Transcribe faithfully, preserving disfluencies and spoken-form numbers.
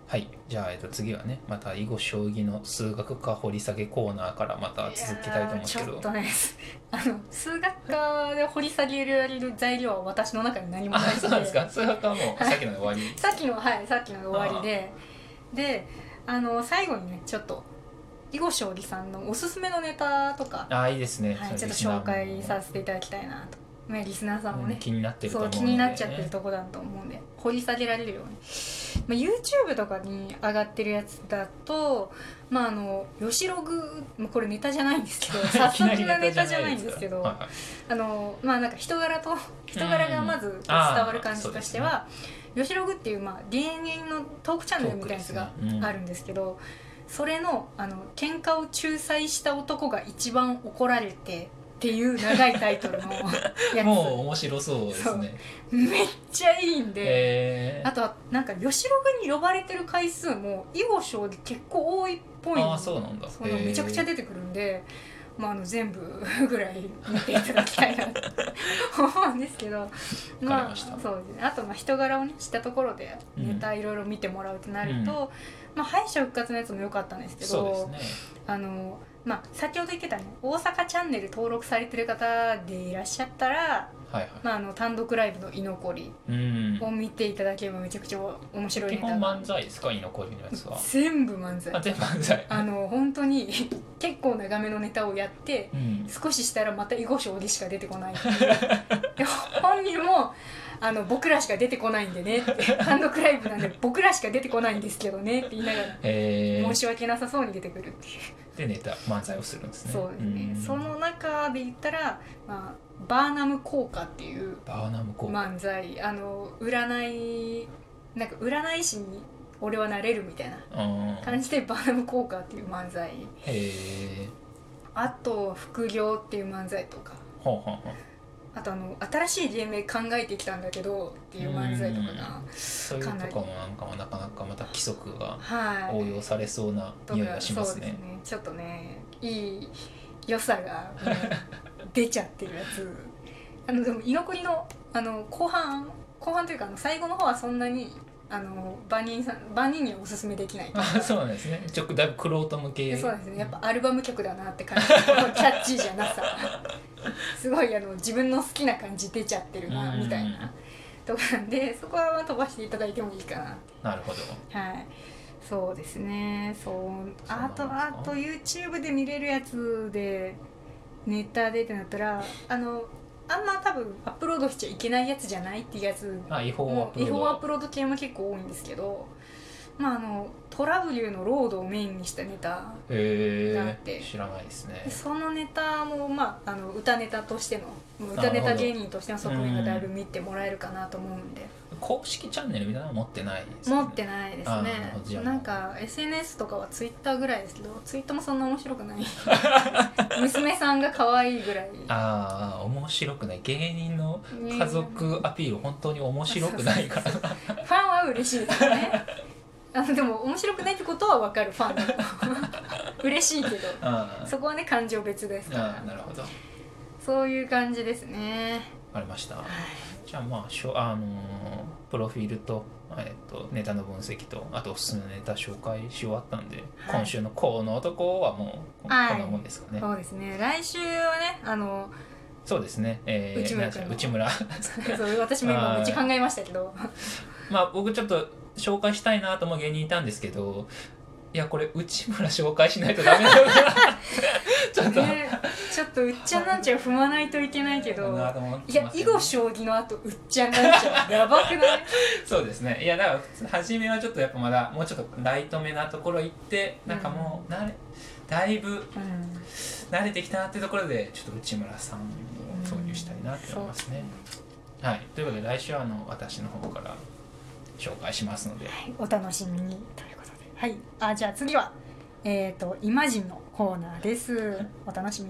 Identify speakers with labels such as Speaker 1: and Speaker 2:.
Speaker 1: はい、じゃあ、えっと、次はねまた囲碁将棋の数学科掘り下げコーナーからまた続きたいと思うんですけど、
Speaker 2: ちょっとねあの数学科で掘り下げられる材料は私の中に何もないので。
Speaker 1: あ、そうなんですか。数学科はもうさっきので終わり
Speaker 2: さっきのはいさっきので終わりで、であの最後にねちょっと囲碁将棋さんのおすすめのネタとか、
Speaker 1: あ、いいですね、
Speaker 2: はい、ちょっと紹介させていただきたいなと、ね、リスナーさんもね、
Speaker 1: うん、気になってると思うので、
Speaker 2: そう気になっちゃってるとこだと思うんで掘り下げられるように、まあ、YouTube とかに上がってるやつだと、まあ、あのヨシログ、まあ、これネタじゃないんですけど早速のネタじゃないんですけど、あのまあなんか人柄と人柄がまず伝わる感じとしては、ヨシログっていう、まあ、芸人のトークチャンネルみたいなやつがあるんですけど、それのあの喧嘩を仲裁した男が一番怒られてっていう長いタイトルのやつ
Speaker 1: もう面白そうですね。
Speaker 2: めっちゃいいんで、
Speaker 1: えー、
Speaker 2: あとはなんかヨシログに呼ばれてる回数も囲碁将棋結構多いっぽい。
Speaker 1: あ、そうなんだ。
Speaker 2: そのめちゃくちゃ出てくるんで、まあ、あの全部ぐらい見ていただきたいなと思うんですけど、まあそうですね、あとまあ人柄をね知ったところでネタいろいろ見てもらうとなると、うん、まあ、敗者復活のやつも良かったんですけど、
Speaker 1: そうですね、
Speaker 2: あのまあ、先ほど言ってたね大阪チャンネル登録されてる方でいらっしゃったら、はいはい、まあ、あの単独ライブの居残りを見ていただければめちゃくちゃ面白いネタが。
Speaker 1: 基本漫才ですか、居残りのやつは。
Speaker 2: 全部漫才。
Speaker 1: あ、全部漫才。
Speaker 2: あの本当に結構長めのネタをやって、うん、少ししたらまた囲碁将棋しか出てこないっていうで本人もあの僕らしか出てこないんでねって単独ライブなんで僕らしか出てこないんですけどねって言いながら、えー、申し訳なさそうに出てくるっていう
Speaker 1: でネタ漫才をするんですね。
Speaker 2: そうですね、その中で言ったら、まあ、バーナム効果っていう漫才、あの占いなんか占い師に俺はなれるみたいな感じでバーナム効果っていう漫才、へあと副業っていう漫才とか、ほうほうほう、あとあの新しい芸名考えてきたんだけどっていう漫才とかが
Speaker 1: そういうとかもなんかなかなかまた規則が応用されそうな匂いがしますね。
Speaker 2: そうですね、ちょっとねいい良さが、ね、出ちゃってるやつあのでも居残りのあの後半後半というかあの最後の方はそんなにあの万人さん万人にはおすすめできない。
Speaker 1: あ、そうなんですね。ちょっとだいぶクロート向け。
Speaker 2: そうですね。やっぱアルバム曲だなって感じ。キャッチーじゃなさ、すごいあの自分の好きな感じ出ちゃってるなみたいなとこなんで、そこは飛ばしていただいてもいいかなって。
Speaker 1: なるほど。
Speaker 2: はい。そうですね。そう。あとあと YouTube で見れるやつでネタでってなったらあの。あんま多分アップロードしちゃいけないやつじゃないっていうやつ、
Speaker 1: あ、違法アップロード、
Speaker 2: 違法アップロード系も結構多いんですけど、まあ、あのトラブリューのロードをメインにしたネタがあって、
Speaker 1: へー、知らないですね。
Speaker 2: そのネタも、まあ、あの歌ネタとしての歌ネタ芸人としての側面がだいぶ見てもらえるかなと思うんで、
Speaker 1: 公式チャンネルみたいなの持ってないですね。
Speaker 2: 持ってないですね。なんか エスエヌエス とかは Twitter ぐらいですけど、Twitter もそんな面白くない娘さんが可愛いぐらい。
Speaker 1: ああ、面白くない。芸人の家族アピール本当に面白くないからファ
Speaker 2: ンは嬉しいですよねあのでも面白くないってことは分かるファンだと嬉しいけどそこはね感情別ですから。
Speaker 1: あ、なるほど。
Speaker 2: そういう感じですね。
Speaker 1: わかりました、はい、じゃあまあしょ、あのー、プロフィールと、えっと、ネタの分析とあとおすすめのネタ紹介し終わったんで、はい、今週のこの男はもうこんなもんですかね。
Speaker 2: そうですね。来週はねあの
Speaker 1: そうですね、えー、内村内村
Speaker 2: そう私も今めっちゃ考えましたけど
Speaker 1: まあ僕ちょっと紹介したいなと思う芸人いたんですけど、いやこれ内村紹介しないとダメだよちょっと、ね、
Speaker 2: ちょっとうっちゃんなんちゃん踏まないといけないけど、いや囲碁将棋の後うっちゃんなんちゃんやばくない
Speaker 1: そうですね。いやだから初めはちょっとやっぱまだもうちょっとライトめなところ行ってなんかもう慣れだいぶ慣れてきたなっていうところでちょっと内村さんを投入したいなって思いますね、うん、はい。ということで来週はあの私の方から紹介しますので、はい、
Speaker 2: お楽しみにということで、はい、あじゃあ次はえっとイマジンのコーナーです。お楽しみに。